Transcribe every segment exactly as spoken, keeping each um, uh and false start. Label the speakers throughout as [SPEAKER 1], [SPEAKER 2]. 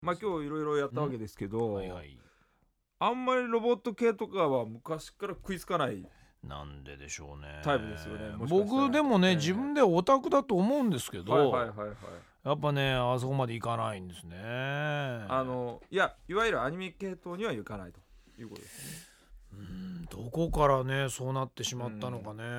[SPEAKER 1] まあ今日いろいろやったわけですけど、
[SPEAKER 2] はいはい、
[SPEAKER 1] あんまりロボット系とかは昔から食いつかない
[SPEAKER 2] なんででしょうね
[SPEAKER 1] タイプですよね。もしかしたら
[SPEAKER 2] 僕でもね、
[SPEAKER 1] えー
[SPEAKER 2] 自分でオタクだと思うんですけど、
[SPEAKER 1] はいはいはいはい、
[SPEAKER 2] やっぱねあそこまでいかないんですね。
[SPEAKER 1] あのいやいわゆるアニメ系統にはいかないということですね。
[SPEAKER 2] うーんどこからねそうなってしまったのかね、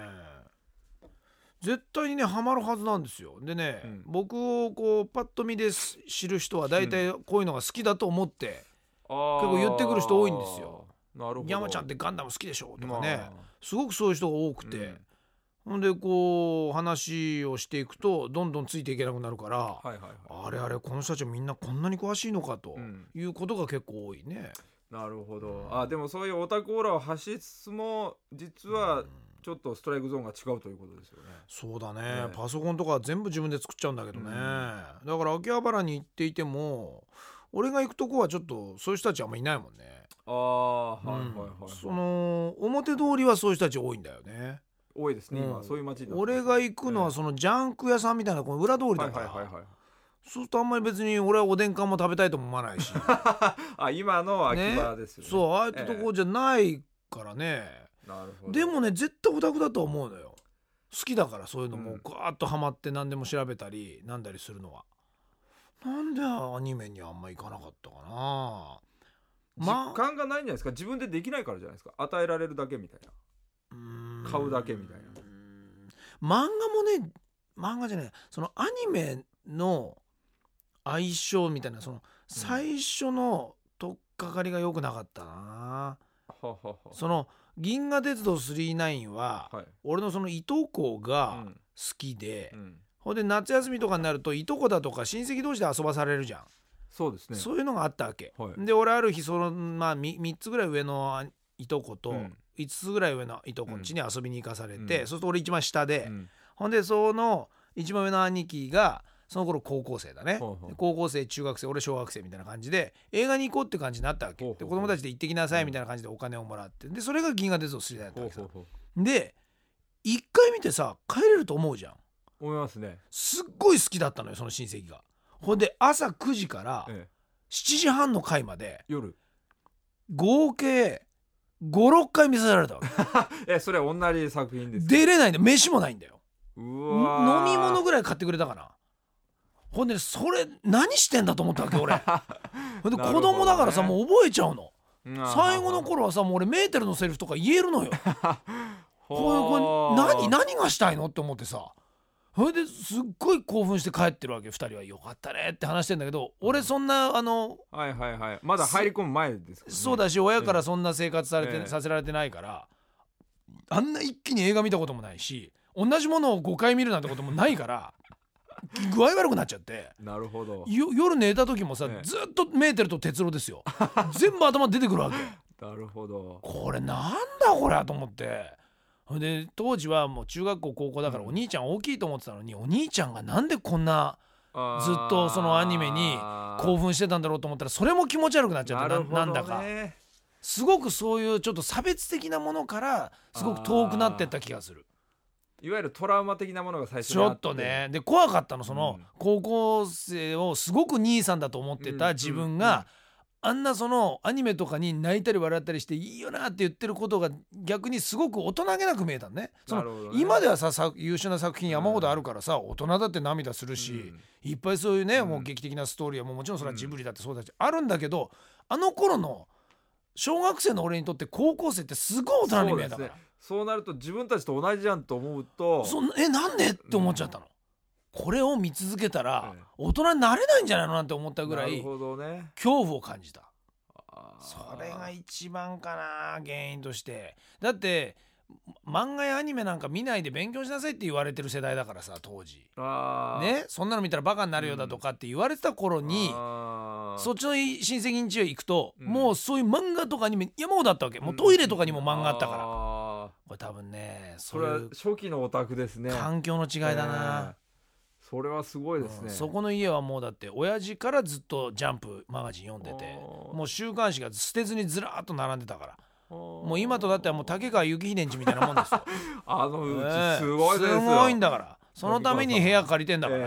[SPEAKER 2] 絶対にねハマるはずなんですよ。でね、うん、僕をこうパッと見で知る人は大体こういうのが好きだと思って、うん、結構言ってくる人多いんですよ。
[SPEAKER 1] なるほど。
[SPEAKER 2] 山ちゃんってガンダム好きでしょとかね、まあ、すごくそういう人が多くて、ほんでこう話をしていくとどんどんついていけなくなるから、はいはいはい、あれあれこの人たちはみんなこんなに詳しいのかということが結構多いね、
[SPEAKER 1] うん、なるほど。あでもそういうオタクオーラを発しつつも実はちょっとストライクゾーンが違うということですよね。
[SPEAKER 2] そうだ ね, ねパソコンとか全部自分で作っちゃうんだけどね、うん、だから秋葉原に行っていても俺が行くとこはちょっとそういう人たちあんまいないもんね。
[SPEAKER 1] ああはいはいはい、はい、
[SPEAKER 2] その表通りはそういう人たち多いんだよね。
[SPEAKER 1] 多いですね、うん、今そういう街になってます。
[SPEAKER 2] 俺が行くのはそのジャンク屋さんみたいなこの裏通りだから、はいはいはいはい、そうするとあんまり別に俺はおでん缶も食べたいとも思わないし
[SPEAKER 1] あ今の秋葉ですよ ね, ね
[SPEAKER 2] そうああいったとこじゃないからね、えー、なるほど。でもね絶対オタクだと思うのよ。好きだからそういうのもガーッとハマって何でも調べたりなんだりするのは。なんでアニメにあんま行かなかったかな。
[SPEAKER 1] 実感がないんじゃないですか。自分でできないからじゃないですか。与えられるだけみたいな、うーん買うだけみたいな。
[SPEAKER 2] 漫画もね漫画じゃないそのアニメの相性みたいなその最初の取っかかりが良くなかったな、うん、その銀河鉄道スリーナインは、はい、俺のそのいとこが好きで、うんうん、ほんで夏休みとかになるといとこだとか親戚同士で遊ばされるじゃん。
[SPEAKER 1] そうですね。
[SPEAKER 2] そういうのがあったわけ、はい、で俺ある日その、まあ、みっつぐらい上のいとこと、うん、いつつぐらい上のいとこん家に遊びに行かされて、うん、そうすると俺一番下で、うん、ほんでその一番上の兄貴がその頃高校生だね、ほうほう高校生中学生俺小学生みたいな感じで映画に行こうって感じになったわけ。ほうほうで子供たちで行ってきなさいみたいな感じでお金をもらって、でそれが銀河鉄道スリーナインだったわけさ。ほうほうほうで一回見てさ帰れると思うじゃん。
[SPEAKER 1] 思いますね。
[SPEAKER 2] すっごい好きだったのよその親戚が。ほんで朝くじからしちじはんの回まで
[SPEAKER 1] 夜
[SPEAKER 2] 合計ごろっかい見せられたわ
[SPEAKER 1] けえそれは同じ作品ですか。
[SPEAKER 2] 出れないんだよ。飯もないんだよ。
[SPEAKER 1] うわ
[SPEAKER 2] 飲み物ぐらい買ってくれたかな。ほんでそれ何してんだと思ったわけ俺ほんで子供だからさ、ね、もう覚えちゃうの。最後の頃はさもう俺メーテルのセリフとか言えるのよこれこれ何何がしたいのって思ってさ、それですっごい興奮して帰ってるわけ。ふたりはよかったねって話してんだけど、俺そんなあの
[SPEAKER 1] はいはいはいまだ入り込む前ですからね。
[SPEAKER 2] そうだし親からそんな生活されて、えー、させられてないからあんな一気に映画見たこともないし同じものをごかい見るなんてこともないから具合悪くなっちゃって。
[SPEAKER 1] なるほど。
[SPEAKER 2] 夜寝た時もさ、えー、ずっとメーテルと鉄郎ですよ全部頭出てくるわけ
[SPEAKER 1] なるほど。
[SPEAKER 2] これなんだこれと思って。で当時はもう中学校高校だからお兄ちゃん大きいと思ってたのに、うん、お兄ちゃんがなんでこんなずっとそのアニメに興奮してたんだろうと思ったらそれも気持ち悪くなっちゃって。 な, なんだかすごくそういうちょっと差別的なものからすごく遠くなってった気がする。
[SPEAKER 1] いわゆるトラウマ的なものが最初
[SPEAKER 2] にあってちょっとねで怖かったの。その、うん、高校生をすごく兄さんだと思ってた自分が、うんうんうんあんなそのアニメとかに泣いたり笑ったりしていいよなって言ってることが逆にすごく大人げなく見えたのね。そのね今ではさ優秀な作品山ほどあるからさ、うん、大人だって涙するし、うん、いっぱいそういうね、うん、もう劇的なストーリーはもうもちろんそれはジブリだってそうだし、うん、あるんだけどあの頃の小学生の俺にとって高校生ってすごい大人に見えたから。
[SPEAKER 1] そうですね。そうなると自分たちと同じじゃんと思うと
[SPEAKER 2] そえなんでって思っちゃったの、うんこれを見続けたら大人になれないんじゃないのなんて思ったぐらい恐怖を感じた。それが一番かな原因として。だって漫画やアニメなんか見ないで勉強しなさいって言われてる世代だからさ当時ね。そんなの見たらバカになるよだとかって言われてた頃に、うん、そっちの親戚に家へ行くと、うん、もうそういう漫画とかアニメ山ほどあったわけ。もうトイレとかにも漫画あったから、うん、これ多分ね
[SPEAKER 1] それは初期のオタクですね。
[SPEAKER 2] 環境の違いだな、えー
[SPEAKER 1] それはすごいですね、
[SPEAKER 2] うん、そこの家はもうだって親父からずっとジャンプマガジン読んでてもう週刊誌が捨てずにずらーっと並んでたからもう今とだってはもう竹川幸秀んちみたいなもんですよ
[SPEAKER 1] あのうちすごいですよ、
[SPEAKER 2] えー、すごいんだからそのために部屋借りてんだからね、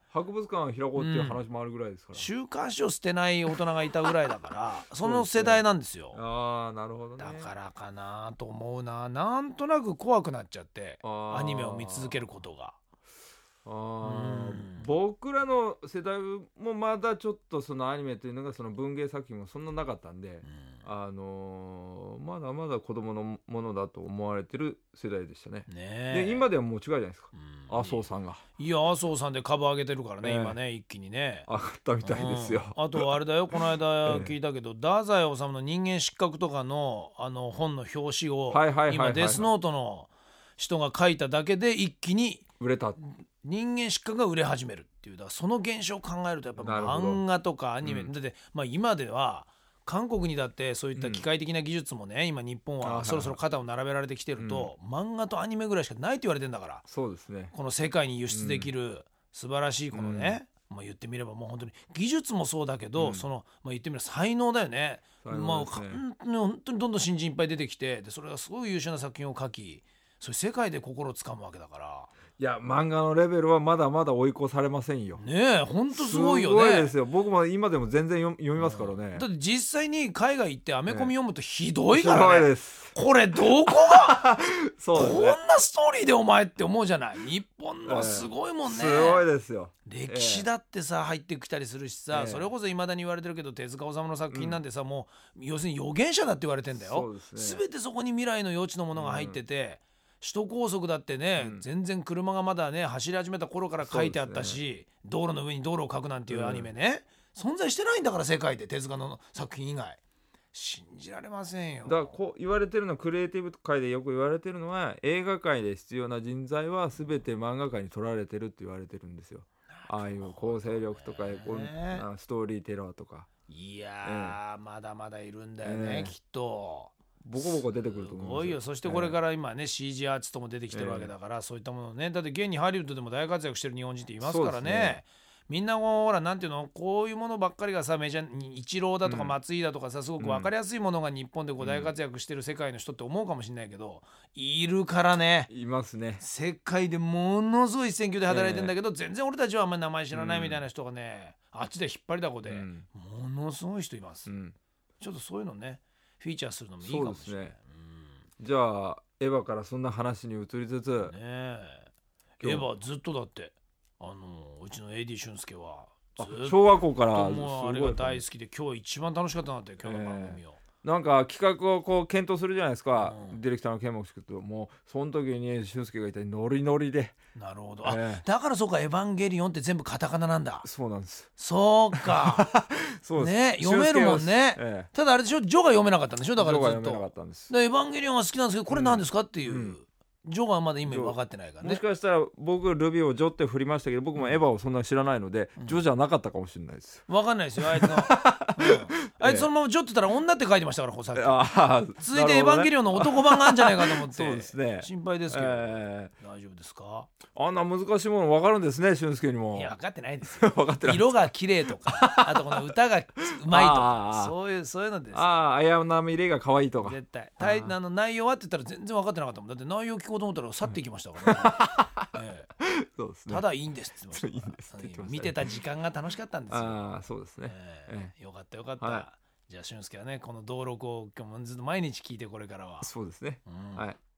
[SPEAKER 1] 博物館を開こうっていう話もあるぐらいですから、うん、
[SPEAKER 2] 週刊誌を捨てない大人がいたぐらいだからその世代なんですよ。
[SPEAKER 1] ああなるほどね。
[SPEAKER 2] だからかなと思うな。なんとなく怖くなっちゃってアニメを見続けることが。
[SPEAKER 1] あ、うん、僕らの世代もまだちょっとそのアニメというのがその文芸作品もそんななかったんで、うん、あのー、まだまだ子供のものだと思われてる世代でした ね, ねで今ではもう違うじゃないですか、うん、麻生さんが
[SPEAKER 2] いや麻生さんで株上げてるからね、えー、今ね一気にね
[SPEAKER 1] 上がったみたいですよ、
[SPEAKER 2] うん、あとあれだよこの間聞いたけど、えー、太宰治の人間失格とか の, あの本の表紙を今デスノートの人が書いただけで一気に
[SPEAKER 1] 売れた。
[SPEAKER 2] 人間失格が売れ始めるっていう。だからその現象を考えるとやっぱ漫画とかアニメ、うん、だって、まあ、今では韓国にだってそういった機械的な技術もね、うん、今日本はそろそろ肩を並べられてきてると、うん、漫画とアニメぐらいしかないと言われてんだから。
[SPEAKER 1] そうですね。
[SPEAKER 2] この世界に輸出できる素晴らしいこのね、うんまあ、言ってみればもう本当に技術もそうだけど、うん、その、まあ、言ってみれば才能だよね。才能ですね。まあ、本当にどんどん新人いっぱい出てきてでそれがすごい優秀な作品を書きそういう世界で心をつかむわけだから。
[SPEAKER 1] いや漫画のレベルはまだまだ追い越されませんよ。
[SPEAKER 2] ねえほんとすごいよね。
[SPEAKER 1] すごいですよ。僕も今でも全然 読, 読みますからね、
[SPEAKER 2] うん、だって実際に海外行ってアメコミ読むとひどいからね。
[SPEAKER 1] ひどいです。
[SPEAKER 2] これどこが
[SPEAKER 1] そうですね、
[SPEAKER 2] こんなストーリーでお前って思うじゃない。日本のすごいもんね、
[SPEAKER 1] えー、すごいですよ。
[SPEAKER 2] 歴史だってさ入ってきたりするしさ、えー、それこそ未だに言われてるけど手塚治虫の作品なんてさ、うん、もう要するに預言者だって言われてんだよ。そうですね。全てそこに未来の余地のものが入ってて、うん首都高速だってね、うん、全然車がまだね走り始めた頃から書いてあったし、ね、道路の上に道路を書くなんていうアニメね、うん、存在してないんだから世界で手塚の作品以外信じられませんよ。
[SPEAKER 1] だからこう言われてるのクリエイティブ界でよく言われてるのは映画界で必要な人材は全て漫画界に取られてるって言われてるんですよ。ああいう構成力とかストーリーテラーとか。
[SPEAKER 2] いやー、えー、まだまだいるんだよね、えー、きっと
[SPEAKER 1] ボコボコ出てくると思うんですよ。すごいよ。
[SPEAKER 2] そしてこれから今ね、えー、シージー アーティストも出てきてるわけだから、えー、そういったものね。だって現にハリウッドでも大活躍してる日本人っていますから ね, ねみんなほらなんていうのこういうものばっかりがさメジャーイチローだとか松井だとかさ、うん、すごく分かりやすいものが日本でこう大活躍してる世界の人って思うかもしれないけど、いるからね。
[SPEAKER 1] いますね。
[SPEAKER 2] 世界でものすごい一線級で働いてんだけど、えー、全然俺たちはあんまり名前知らないみたいな人がね、うん、あっちで引っ張りだこで、うん、ものすごい人います、うん、ちょっとそういうのねフィーチャーするのもいいかもしれない。
[SPEAKER 1] じゃあエヴァからそんな話に移りつつ、ね、
[SPEAKER 2] えエヴァずっとだってあのうちの エーディー 俊介はずっと
[SPEAKER 1] 小学校から
[SPEAKER 2] もうあれが大好きで今日一番楽しかったなって今日の番組を、
[SPEAKER 1] えー、なんか企画をこう検討するじゃないですか、うん、ディレクターの剣持君ともうその時に俊介がいたノリノリで。
[SPEAKER 2] なるほど、あ、えー、だからそうかエヴァンゲリオンって全部カタカナなんだ。
[SPEAKER 1] そうなんです。
[SPEAKER 2] そうかそうです、ね、読めるもんね、えー、ただあれでしょジョが読めなかったんでしょ。だからずっとジョが読めなかったんです。エヴァンゲリオンが好きなんですけどこれ何ですかっていう、うんうんジョがまだ意味分かってないからね。
[SPEAKER 1] もしかしたら僕ルビーをジョって振りましたけど僕もエヴァをそんなに知らないので、うん、ジョじゃなかったかもしれないです。
[SPEAKER 2] 分かんないですよあいつの、うん、あいつそのままジョって言ったら女って書いてましたからさっき。あ続いてエヴァンゲリオンの男版があるんじゃないかと思ってそうですね心配ですけど、えー、大丈夫ですか。
[SPEAKER 1] あんな難しいもの分かるんですね俊介にも。
[SPEAKER 2] いや分かってないですよ
[SPEAKER 1] 分かってない。
[SPEAKER 2] 色が綺麗とかあとこの歌がうまいとかそういうそういうのです。
[SPEAKER 1] ああ綾波レイが可愛いとか
[SPEAKER 2] 絶対ああの内容はって言ったら全然分かってなかったもん。だって内容聞こうと思ったら去っていきましたからね、ええ、そうですね。ただいいんですって言ってました。いいんですって言ってましたね。見てた時間が楽しかったんですよ。
[SPEAKER 1] ああそうですね、
[SPEAKER 2] ええ、よかったよかった、はい、じゃあ俊介はねこの登録を今日もずっと毎日聞いてこれからは
[SPEAKER 1] そうですね、うん、はい